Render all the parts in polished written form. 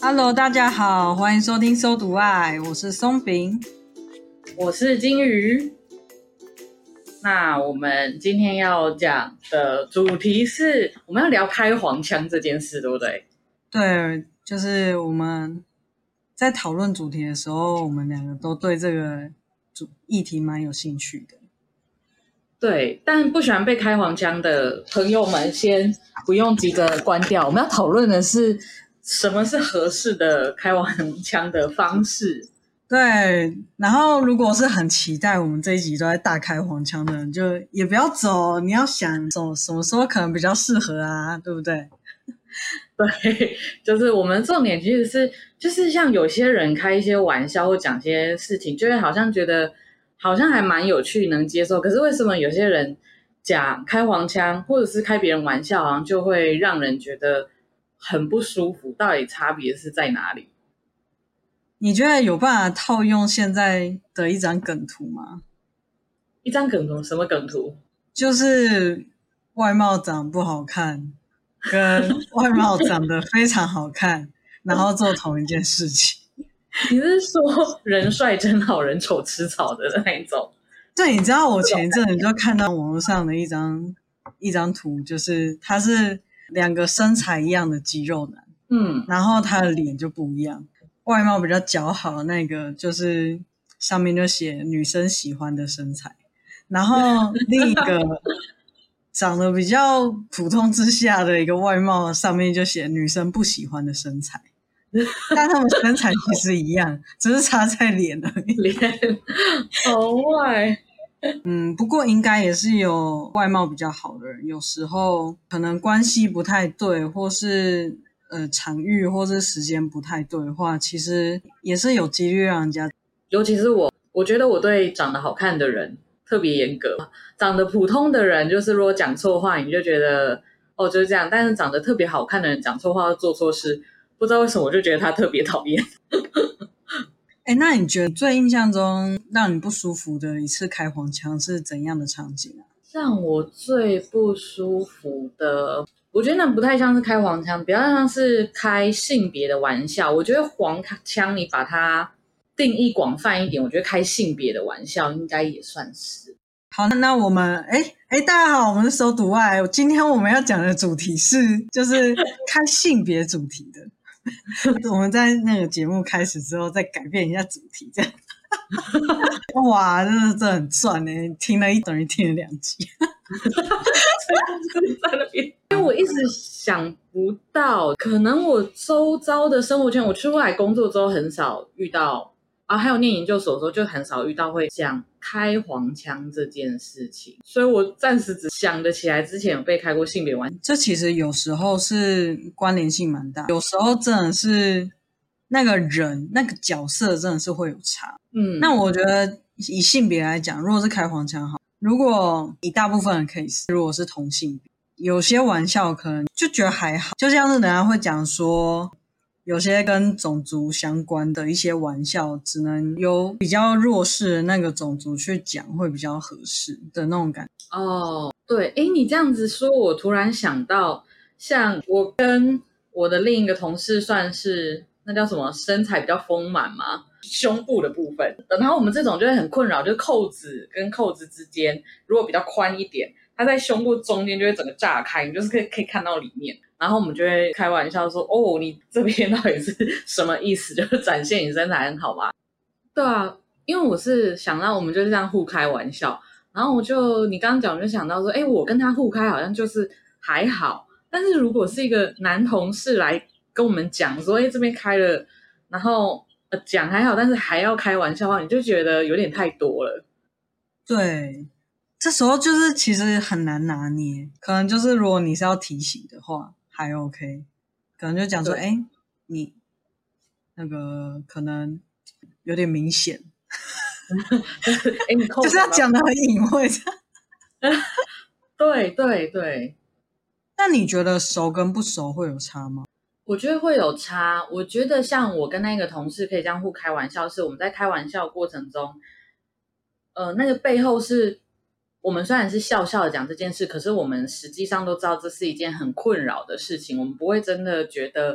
Hello， 大家好，欢迎收听搜读爱，我是松饼， 我是金鱼。那我们今天要讲的主题是，我们要聊开黄腔这件事，对不对？ 对，就是我们在讨论主题的时候，我们两个都对这个议题蛮有兴趣的。 对，但不喜欢被开黄腔的朋友们，先不用急着关掉。我们要讨论的是什么是合适的开黄腔的方式。 对，然后如果是很期待我们这一集都在大开黄腔的人，就也不要走，你要想什么时候可能比较适合啊，对不对？ 对，就是我们重点其实是，就是像有些人开一些玩笑或讲些事情，就会好像觉得好像还蛮有趣，能接受。可是为什么有些人讲开黄腔，或者是开别人玩笑，好像就会让人觉得很不舒服？到底差别是在哪里？ 你觉得有办法套用现在的一张梗图吗？ 一张梗图，什么梗图？ 就是外貌长不好看跟外貌长得非常好看然后做同一件事情。 你是说人帅真好人丑吃草的那一种？ 对，你知道我前一阵子就看到网络上的一张图，就是他是两个身材一样的肌肉男，然后他的脸就不一样，外貌比较姣好的那个就是上面就写女生喜欢的身材，然后另一个长得比较普通之下的一个外貌上面就写女生不喜欢的身材，但他们身材其实一样，只是差在脸而已。 脸好坏。 不过应该也是有外貌比较好的人，有时候可能关系不太对，或是场域或是时间不太对的话，其实也是有几率让人家。 尤其是我觉得我对长得好看的人特别严格，长得普通的人就是如果讲错话，你就觉得哦就是这样，但是长得特别好看的人讲错话或做错事，不知道为什么我就觉得他特别讨厌。 那你觉得最印象中让你不舒服的一次开黄腔是怎样的场景啊？ 让我最不舒服的，我觉得那不太像是开黄腔，比较像是开性别的玩笑。我觉得黄腔你把它定义广泛一点，我觉得开性别的玩笑应该也算是。 好，那我们大家好，我们是搜读爱，今天我们要讲的主题就是开性别主题的。我们在那个节目开始之后再改变一下主题，这样。哇，真的很赚耶，听了等于听了2集。 在那边，因为我一直想不到，可能我周遭的生活圈，我出来工作之后很少遇到啊，还有念研究所的时候就很少遇到会讲开黄腔这件事情，所以我暂时只想得起来之前有被开过性别玩笑。 这其实有时候是关联性蛮大，有时候真的是那个人那个角色真的是会有差。那我觉得以性别来讲，如果是开黄腔好，如果以大部分人 case，如果是同性别，有些玩笑可能就觉得还好，就像是人家会讲说有些跟种族相关的一些玩笑只能由比较弱势的那个种族去讲会比较合适的那种感觉。 哦，对，你这样子说，我突然想到，像我跟我的另一个同事算是那叫什么身材比较丰满嘛，胸部的部分，然后我们这种就会很困扰，就是扣子跟扣子之间如果比较宽一点，它在胸部中间就会整个炸开，你就是可以看到里面，然后我们就会开玩笑说，哦，你这边到底是什么意思？就是展现你身材很好吧？对啊，因为我是想到我们就是这样互开玩笑。然后你刚刚讲，我就想到说，我跟他互开好像就是还好，但是如果是一个男同事来跟我们讲说，这边开了，然后讲还好，但是还要开玩笑的话，你就觉得有点太多了。 对，这时候就是其实很难拿捏，可能就是如果你是要提醒的话还 OK， 可能就讲说你那个可能有点明显。 你扣就是要讲的很隐晦。 对对对。 那你觉得熟跟不熟会有差吗？ 我觉得会有差。我觉得像我跟那个同事可以这样互开玩笑，是我们在开玩笑的过程中，那个背后是我们虽然是笑笑的讲这件事，可是我们实际上都知道这是一件很困扰的事情，我们不会真的觉得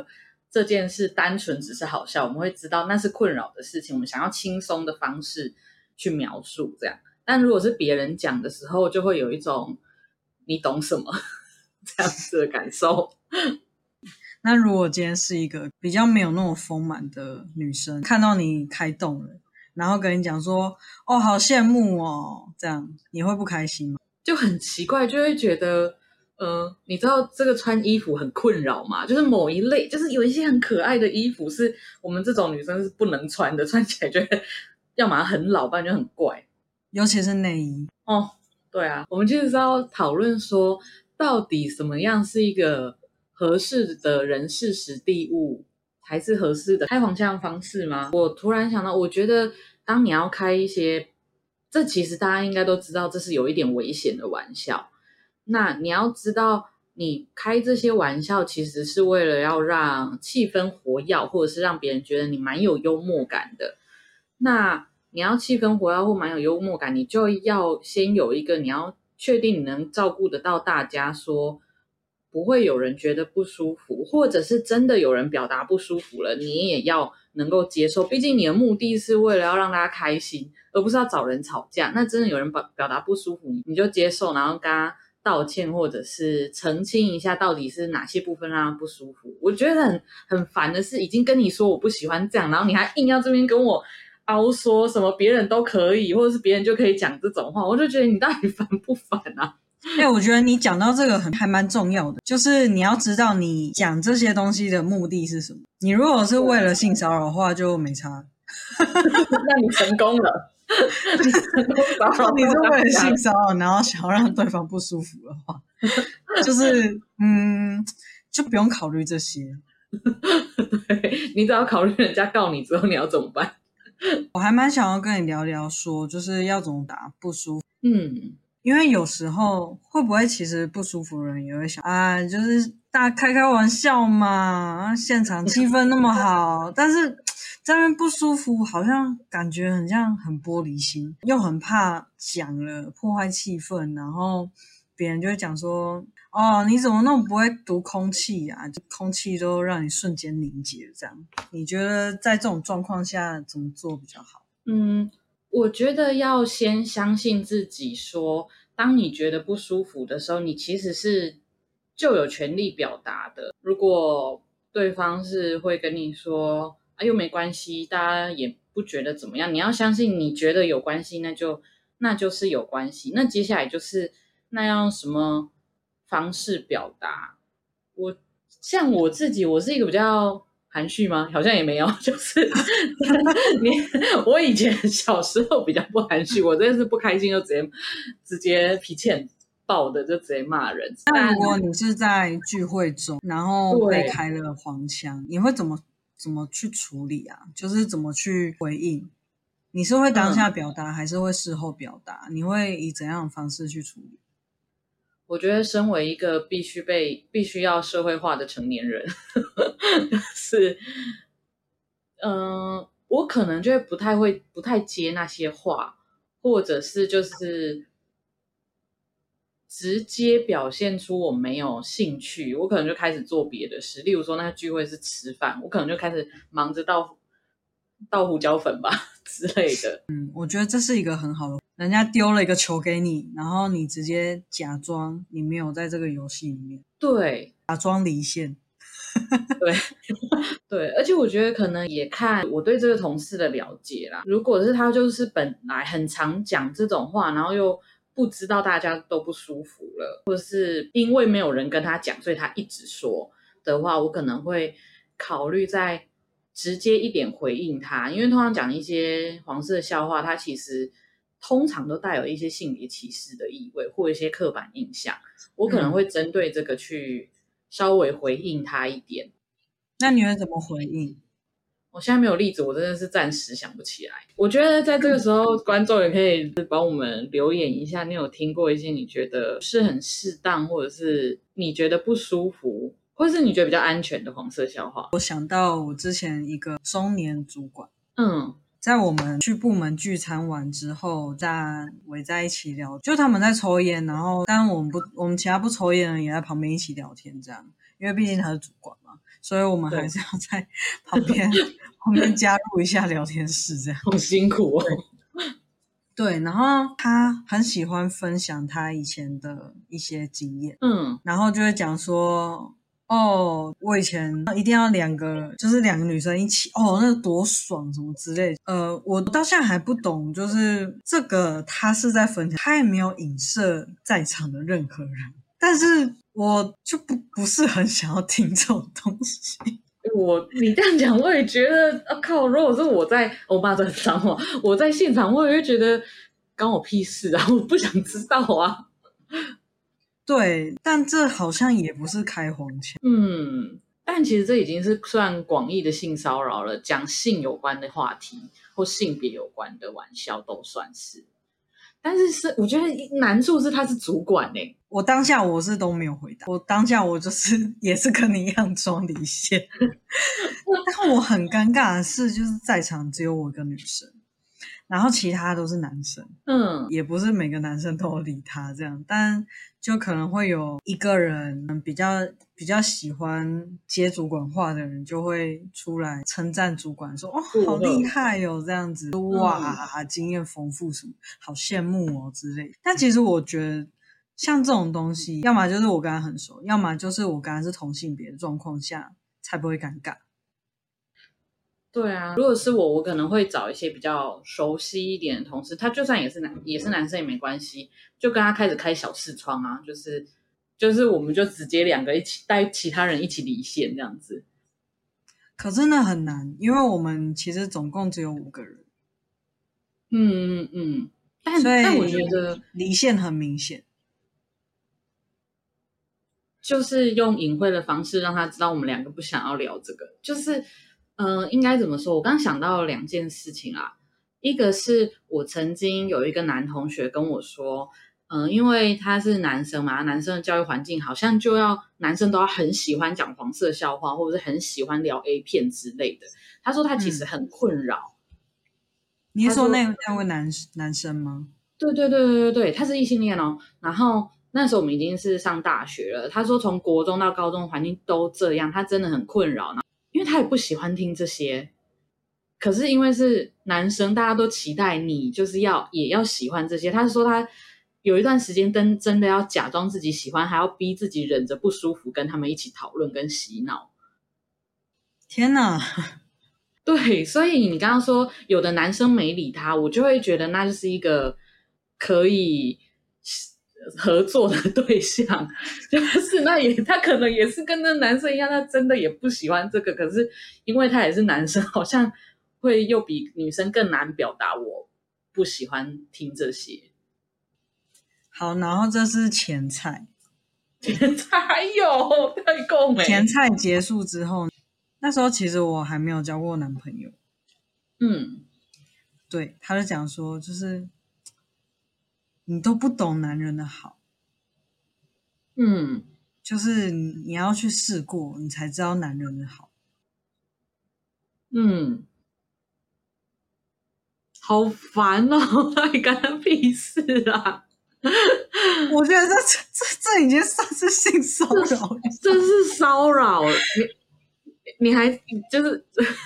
这件事单纯只是好笑，我们会知道那是困扰的事情，我们想要轻松的方式去描述这样。但如果是别人讲的时候，就会有一种你懂什么这样子的感受。 那如果今天是一个比较没有那么丰满的女生，看到你开动了，然后跟你讲说哦好羡慕哦，这样你会不开心吗？ 就很奇怪，就会觉得你知道这个穿衣服很困扰吗？就是某一类，就是有一些很可爱的衣服是我们这种女生是不能穿的，穿起来就会要么很老，不然就很怪。 尤其是内衣哦，对啊，我们就是要讨论说，到底什么样是一个合适的人事时地物，才是合适的开黄腔方式吗？我突然想到，我觉得当你要开一些，这其实大家应该都知道，这是有一点危险的玩笑。那你要知道，你开这些玩笑其实是为了要让气氛活跃，或者是让别人觉得你蛮有幽默感的。那你要气氛活跃或蛮有幽默感，你就要先有一个你要确定你能照顾得到大家，说不会有人觉得不舒服，或者是真的有人表达不舒服了，你也要能够接受。毕竟你的目的是为了要让大家开心，而不是要找人吵架。那真的有人表达不舒服，你就接受，然后跟他道歉，或者是澄清一下到底是哪些部分让他不舒服。我觉得很烦的是，已经跟你说我不喜欢这样，然后你还硬要这边跟我凹说什么别人都可以，或者是别人就可以讲这种话，我就觉得你到底烦不烦啊？ 我觉得你讲到这个还蛮重要的，就是你要知道你讲这些东西的目的是什么。你如果是为了性骚扰的话，就没差。 那你成功了。你成功骚扰， 你是为了性骚扰，然后想要让对方不舒服的话，就是就不用考虑这些。 对，你只要考虑人家告你之后你要怎么办。 我还蛮想要跟你聊聊说，就是要怎么打不舒服。因为有时候会不会其实不舒服的人也会想啊，就是大家开玩笑嘛，现场气氛那么好，但是在那边不舒服，好像感觉很像很玻璃心，又很怕讲了破坏气氛，然后别人就会讲说哦，你怎么那么不会读空气啊？就空气都让你瞬间凝结这样。你觉得在这种状况下怎么做比较好？ 我觉得要先相信自己说，当你觉得不舒服的时候，你其实是就有权利表达的。如果对方是会跟你说啊，又没关系，大家也不觉得怎么样，你要相信你觉得有关系，那就是有关系。那接下来就是那要用什么方式表达？像我自己，我是一个比较含蓄吗？好像也没有，就是我以前小时候比较不含蓄，我真的是不开心就直接脾气很爆的就直接骂人。 那如果你是在聚会中，然后被开了黄腔，你会怎么去处理啊？就是怎么去回应？你是会当下表达，还是会事后表达？你会以怎样的方式去处理？ 我觉得身为一个必须要社会化的成年人，是，我可能就会不太接那些话，或者是就是直接表现出我没有兴趣，我可能就开始做别的事。例如说，那个聚会是吃饭，我可能就开始忙着倒胡椒粉吧之类的。 我觉得这是一个很好的，人家丢了一个球给你，然后你直接假装你没有在这个游戏里面， 对， 假装离线。 对对，而且我觉得可能也看我对这个同事的了解啦。如果是他就是本来很常讲这种话，然后又不知道大家都不舒服了，或者是因为没有人跟他讲，所以他一直说的话，我可能会考虑再直接一点回应他。因为通常讲一些黄色笑话，它其实通常都带有一些性别歧视的意味或一些刻板印象，我可能会针对这个去稍微回应他一点。 那你会怎么回应？ 我现在没有例子，我真的是暂时想不起来。我觉得在这个时候，观众也可以帮我们留言一下，你有听过一些你觉得是很适当，或者是你觉得不舒服，或是你觉得比较安全的黄色笑话？ 我想到我之前一个中年主管， 嗯， 在我们去部门聚餐完之后，再围在一起聊，就他们在抽烟，然后但我们其他不抽烟的人也在旁边一起聊天，这样，因为毕竟他是主管嘛， 所以我们还是要在旁边加入一下聊天室，这样好辛苦哦。 对，然后他很喜欢分享他以前的一些经验，然后就会讲说，哦，我以前一定要就是两个女生一起，哦，那多爽什么之类的。我到现在还不懂，就是这个他是在分享，他也没有影射在场的任何人，但是我就不是很想要听这种东西。 你这样讲，我也觉得，靠！如果是我骂这很脏话，我在现场，我也会觉得关我屁事啊！我不想知道啊。 对，但这好像也不是开黄腔。 但其实这已经是算广义的性骚扰了，讲性有关的话题或性别有关的玩笑都算是。但是我觉得难处是他是主管欸。 我当下我是都没有回答，我当下我就是也是跟你一样装离线。但我很尴尬的是，就是在场只有我一个女生，然后其他都是男生。也不是每个男生都有理他这样，但就可能会有一个人比较喜欢接主管话的人，就会出来称赞主管说，哦，好厉害哦，这样子，哇，经验丰富什么，好羡慕哦之类的。但其实我觉得像这种东西，要么就是我跟他很熟，要么就是我跟他是同性别的状况下才不会尴尬。 对啊，如果是我可能会找一些比较熟悉一点的同事，他就算也是男生也没关系，就跟他开始开小视窗啊，就是我们就直接两个一起带其他人一起离线这样子。 可真的很难，因为我们其实总共只有5个人。 但我觉得离线很明显， 就是用隐晦的方式让他知道我们两个不想要聊这个，就是应该怎么说？我刚想到2件事情啦，一个是我曾经有一个男同学跟我说，因为他是男生嘛，男生的教育环境好像男生都要很喜欢讲黄色笑话，或者是很喜欢聊 A 片之类的。他说他其实很困扰。 你是说那位男生吗？ 对，他是异性恋哦。然后那时候我们已经是上大学了。他说从国中到高中的环境都这样，他真的很困扰。因为他也不喜欢听这些，可是因为是男生，大家都期待你就是也要喜欢这些。他说他有一段时间真的要假装自己喜欢，还要逼自己忍着不舒服跟他们一起讨论跟洗脑。 天哪！ 对，所以你刚刚说有的男生没理他，我就会觉得那就是一个可以合作的对象，就是他可能也是跟那男生一样，他真的也不喜欢这个，可是因为他也是男生，好像会又比女生更难表达我不喜欢听这些。 好，然后这是前菜， 还有太够美。 前菜结束之后，那时候其实我还没有交过男朋友。对，他就讲说，就是你都不懂男人的好。就是你要去试过，你才知道男人的好。 好烦哦，那干他屁事啊！ 我觉得这已经算是性骚扰了， 这是骚扰。你还就是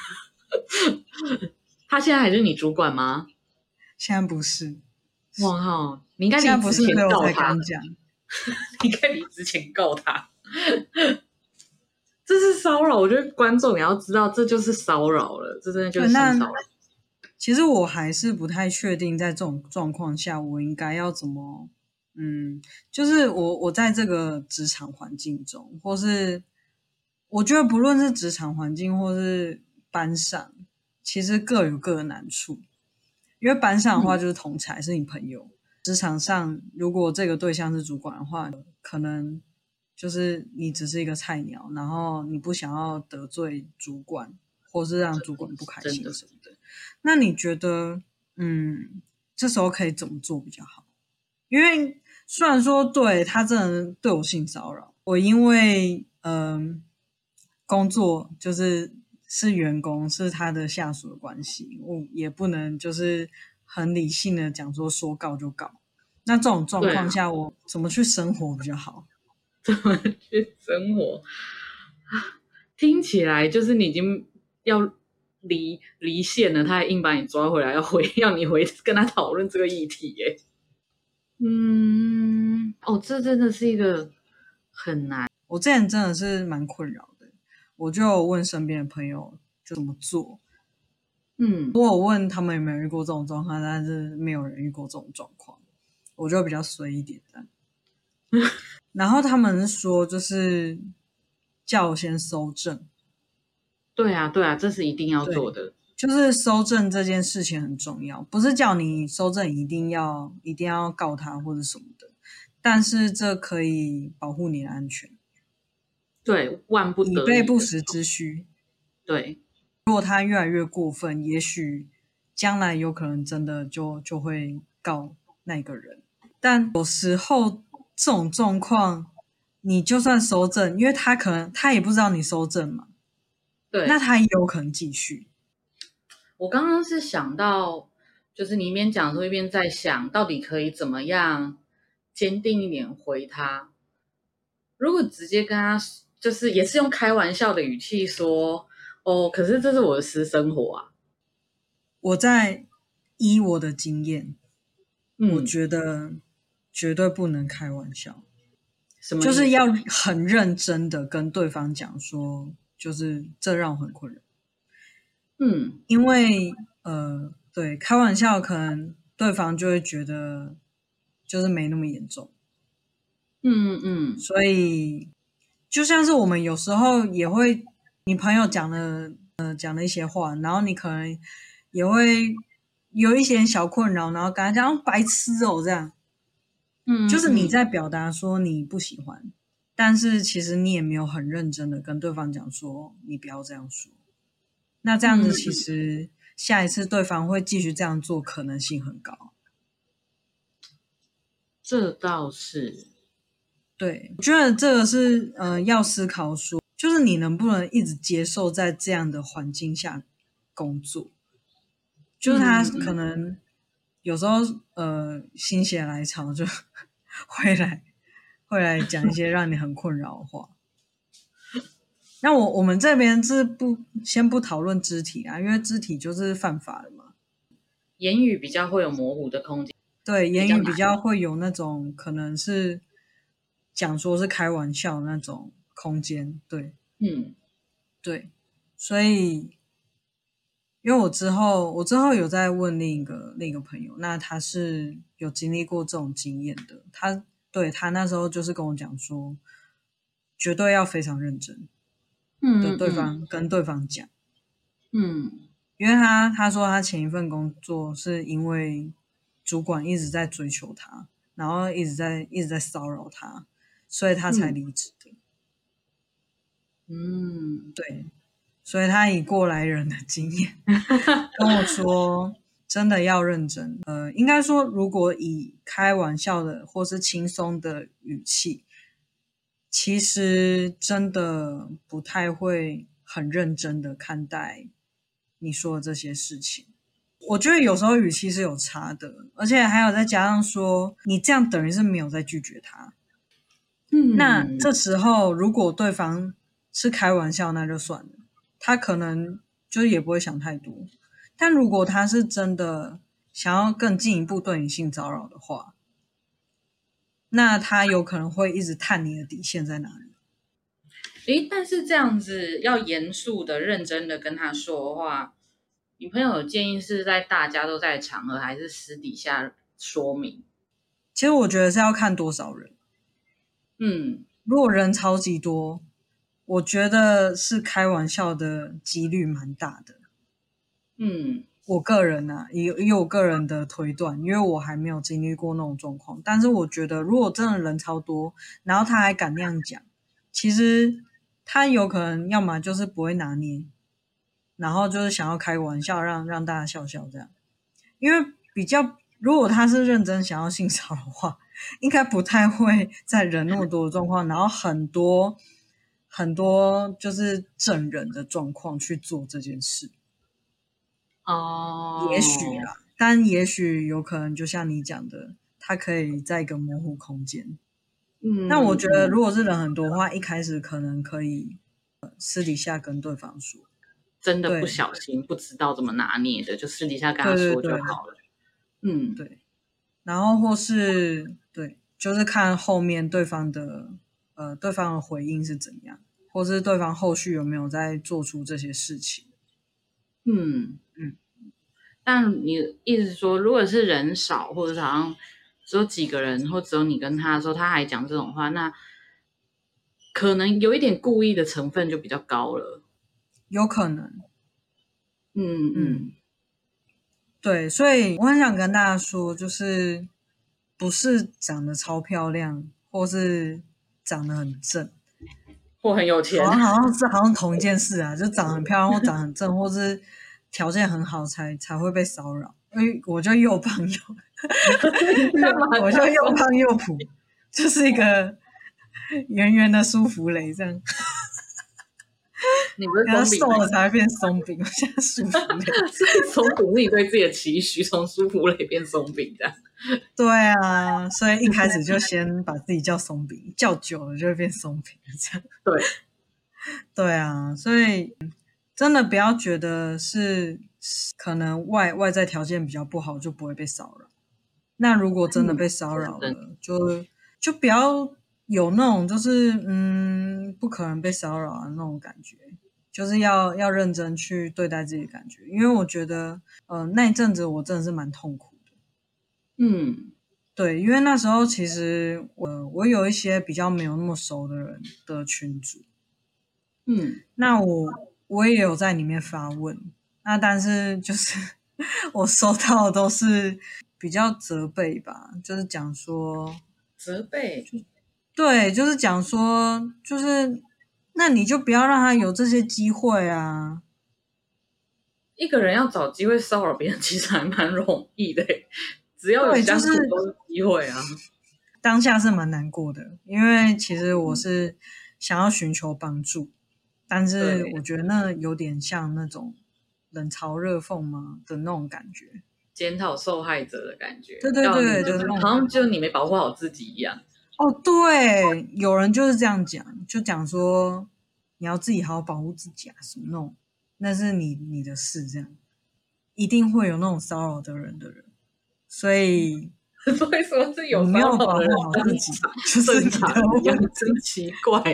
他现在还是你主管吗？ 现在不是。 哇靠！你应该现在不是， 离职前告他。你应该离职前告他。这是骚扰，我觉得观众也要知道，这就是骚扰了，这真的就是性骚扰。 其实我还是不太确定，在这种状况下，我应该要怎么，就是我在这个职场环境中，或是我觉得不论是职场环境或是班上，其实各有各的难处。因为班上的话就是同侪是你朋友，职场上如果这个对象是主管的话，可能就是你只是一个菜鸟，然后你不想要得罪主管，或是让主管不开心什么的。那你觉得，这时候可以怎么做比较好？因为虽然说对他真的对我性骚扰，我因为工作是员工，是他的下属的关系，我也不能就是很理性的讲说告就告。那这种状况下，我怎么去生活比较好？ 怎么去生活？ 听起来就是你已经要离线了，他还硬把你抓回来，要你回跟他讨论这个议题耶。这真的是一个很难。 我之前真的是蛮困扰的，我就有问身边的朋友就怎么做。我有问他们有没有遇过这种状况，但是没有人遇过这种状况，我就比较随一点的。然后他们说就是叫我先搜证。 对啊，这是一定要做的。 就是搜证这件事情很重要，不是叫你搜证一定要告他或者什么的，但是这可以保护你的安全。 对，万不得已， 以备不时之需。 对， 如果他越来越过分，也许将来有可能真的就会告那个人。但有时候这种状况，你就算搜证，因为他也不知道你搜证嘛， 对， 那他也有可能继续。 我刚刚是想到，就是你一边讲的时候一边在想，到底可以怎么样坚定一点回他。如果直接跟他，就是也是用开玩笑的语气说，可是这是我的私生活啊。 我在依我的经验，我觉得绝对不能开玩笑。 什么意思？ 就是要很认真的跟对方讲说，就是这让我很困扰。因为对，开玩笑可能对方就会觉得就是没那么严重。所以就像是我们有时候也会，你朋友讲了一些话，然后你可能也会有一些小困扰，然后跟他讲白痴哦这样。就是你在表达说你不喜欢，但是其实你也没有很认真的跟对方讲说你不要这样说。那这样子其实下一次对方会继续这样做可能性很高。 这倒是。 对，我觉得这个是要思考说，就是你能不能一直接受在这样的环境下工作。就是他可能有时候心血来潮就会来讲一些让你很困扰的话。那我们这边是先不讨论肢体啊，因为肢体就是犯法的嘛。 言语比较会有模糊的空间。 对，言语比较会有那种可能是讲说是开玩笑的那种空间。对，对，所以因为我之后有在问另一个朋友，那他是有经历过这种经验的。他那时候就是跟我讲说，绝对要非常认真的跟对方讲。因为他说他前一份工作是因为主管一直在追求他，然后一直在骚扰他，所以他才离职的。对，所以他以过来人的经验跟我说，真的要认真。应该说，如果以开玩笑的或是轻松的语气，其实真的不太会很认真的看待你说的这些事情。我觉得有时候语气是有差的，而且还有再加上说，你这样等于是没有在拒绝他。那这时候如果对方是开玩笑，那就算了，他可能就也不会想太多。但如果他是真的想要更进一步对你性骚扰的话，那他有可能会一直探你的底线在哪里。 但是这样子要严肃的、认真的跟他说的话，你朋友有建议是在大家都在场合，还是私底下说明？ 其实我觉得是要看多少人。如果人超级多，我觉得是开玩笑的几率蛮大的。我个人啊，以我个人的推断，因为我还没有经历过那种状况，但是我觉得如果真的人超多，然后他还敢那样讲，其实他有可能要么就是不会拿捏，然后就是想要开玩笑让大家笑笑这样。因为如果他是认真想要性骚扰的话，应该不太会在人那么多的状况，然后很多就是证人的状况去做这件事。也许啦，但也许有可能就像你讲的，他可以在一个模糊空间。那我觉得如果是人很多的话，一开始可能可以私底下跟对方说， 真的不小心不知道怎么拿捏的，就私底下跟他说就好了。 对，然后或是对，就是看后面对方的回应是怎样，或是对方后续有没有在做出这些事情。 但你意思说，如果是人少，或者是好像只有几个人，或只有你跟他的时候，他还讲这种话，那可能有一点故意的成分就比较高了。 有可能。对，所以我很想跟大家说，就是不是长得超漂亮，或是长得很正， 或很有钱， 好像同一件事啊，就长得很漂亮或长得很正，或是条件很好才会被骚扰。因为我就又胖又我就又胖又普，就是一个圆圆的舒芙蕾这样。 你不是松饼， 瘦了才会变松饼，我现在舒芙蕾。 松饼是你对自己的期许，从舒芙蕾变松饼这样。 对啊，所以一开始就先把自己叫松饼，叫久了就会变松饼这样。对啊，所以真的不要觉得是可能外在条件比较不好就不会被骚扰。那如果真的被骚扰了，就不要有那种就是不可能被骚扰的那种感觉，就是要认真去对待自己的感觉。因为我觉得那一阵子我真的是蛮痛苦的。对，因为那时候其实我有一些比较没有那么熟的人的群组，那我也有在里面发问，那但是就是我收到的都是比较责备吧，就是讲说责备， 对，就是讲说就是那你就不要让他有这些机会啊。 一个人要找机会骚扰别人，其实还蛮容易的，只要有相处都是机会啊。 当下是蛮难过的，因为其实我是想要寻求帮助，但是我觉得那有点像那种冷嘲热讽嘛的那种感觉， 检讨受害者的感觉。 对，就是好像就你没保护好自己一样。 哦，对，有人就是这样讲，就讲说你要自己好好保护自己啊，什么那种，那是你的事，这样一定会有那种骚扰的人，所以说是有没有保护好自己，就是你的问题， 真奇怪。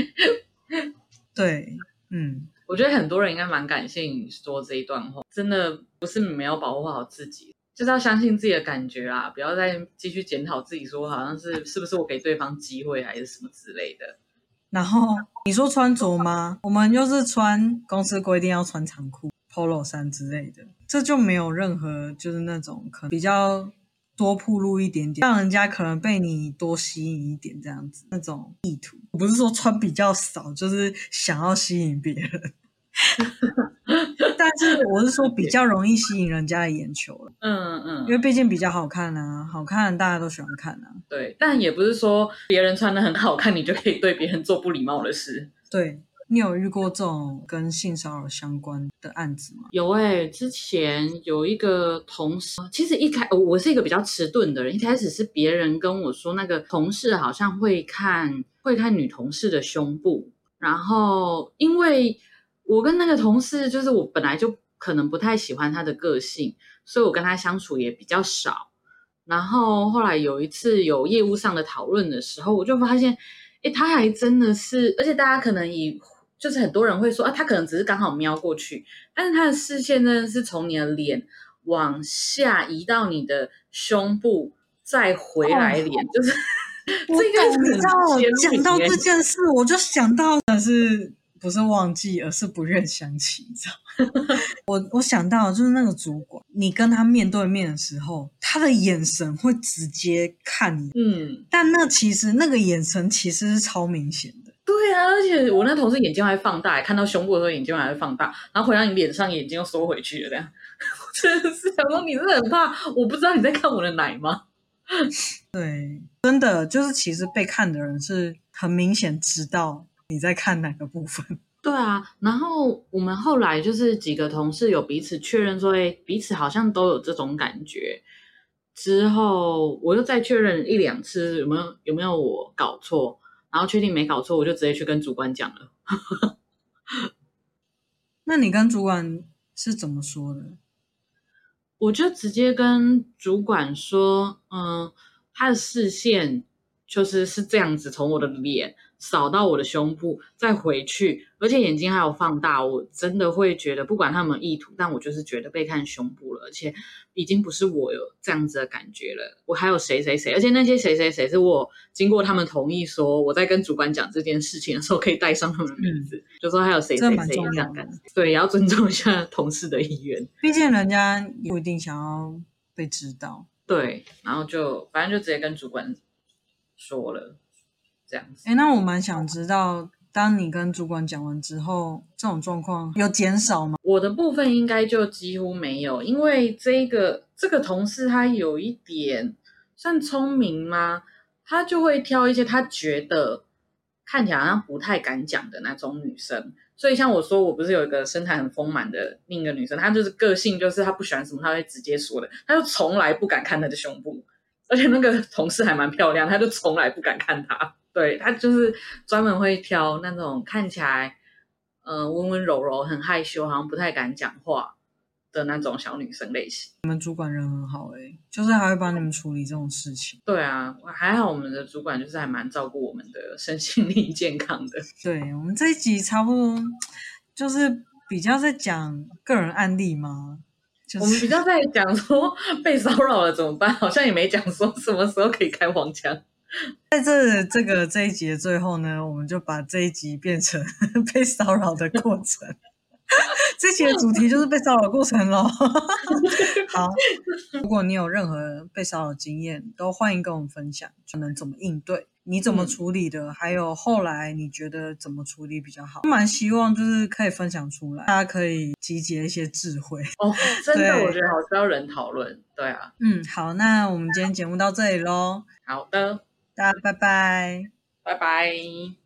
对， 我觉得很多人应该蛮感谢你说这一段话，真的不是没有保护好自己，就是要相信自己的感觉啦，不要再继续检讨自己说好像是不是我给对方机会还是什么之类的。 然后你说穿着吗？我们就是穿公司规定要穿长裤、polo 衫之类的，这就没有任何就是那种可能比较多暴露一点点，让人家可能被你多吸引一点这样子那种意图。我不是说穿比较少就是想要吸引别人但是我是说比较容易吸引人家的眼球了。因为毕竟比较好看啊，好看大家都喜欢看啊。 对，但也不是说别人穿得很好看你就可以对别人做不礼貌的事。 对，你有遇过这种跟性骚扰相关的案子吗？ 有之前有一个同事，其实我是一个比较迟钝的人，一开始是别人跟我说那个同事好像会看女同事的胸部，然后因为我跟那个同事就是我本来就可能不太喜欢他的个性，所以我跟他相处也比较少。然后后来有一次有业务上的讨论的时候，我就发现他还真的是，而且大家可能就是很多人会说他可能只是刚好瞄过去，但是他的视线真的是从你的脸往下移到你的胸部再回来脸，就是我懂，你知道讲到这件事我就想到的是不是忘记而是不愿想起，你知道我想到就是那个主管，你跟他面对面的时候他的眼神会直接看你，但其实那个眼神其实是超明显的。 对啊，而且我那同事眼睛还放大，看到胸部的时候眼睛还会放大，然后回到你脸上眼睛又收回去了，这样我真的是想说你是很怕我不知道你在看我的奶吗？ 对，真的就是其实被看的人是很明显知道你在看哪个部分。 对啊，然后我们后来就是几个同事有彼此确认说彼此好像都有这种感觉，之后我又再确认1、2次有没有我搞错，然后确定没搞错我就直接去跟主管讲了那你跟主管是怎么说的？ 我就直接跟主管说，他的视线是这样子，从我的脸扫到我的胸部，再回去，而且眼睛还有放大，我真的会觉得，不管他们意图，但我就是觉得被看胸部了，而且已经不是我有这样子的感觉了。我还有谁谁谁，而且那些谁谁谁是我经过他们同意说，我在跟主管讲这件事情的时候，可以带上他们的名字，就说还有谁谁谁这样感觉。对，也要尊重一下同事的意愿， 毕竟人家不一定想要被知道。 对，然后反正就直接跟主管说了，这样子。 那我蛮想知道，当你跟主管讲完之后，这种状况有减少吗？ 我的部分应该就几乎没有，因为这个同事他有一点算聪明吗？他就会挑一些他觉得看起来好像不太敢讲的那种女生。所以像我说，我不是有一个身材很丰满的另一个女生，她就是个性就是她不喜欢什么，她会直接说的，她就从来不敢看她的胸部，而且那个同事还蛮漂亮，她就从来不敢看她。对，她就是专门会挑那种看起来温温柔柔、很害羞，好像不太敢讲话的那种小女生类型。 你们主管人很好就是还会帮你们处理这种事情。 对啊，还好我们的主管就是还蛮照顾我们的身心灵健康的。 对，我们这一集差不多就是比较在讲个人案例嘛， 我们比较在讲说被骚扰了怎么办，好像也没讲说什么时候可以开黄腔。 在这一集的最后呢，我们就把这一集变成被骚扰的过程。这期的主题就是被骚扰过程咯。好，如果你有任何被骚扰经验，都欢迎跟我们分享，就能怎么应对，你怎么处理的，还有后来你觉得怎么处理比较好。蛮希望就是可以分享出来，大家可以集结一些智慧。 真的我觉得好需要人讨论。对啊， 好，那我们今天节目到这里咯。 好的， 大家拜拜， 拜拜。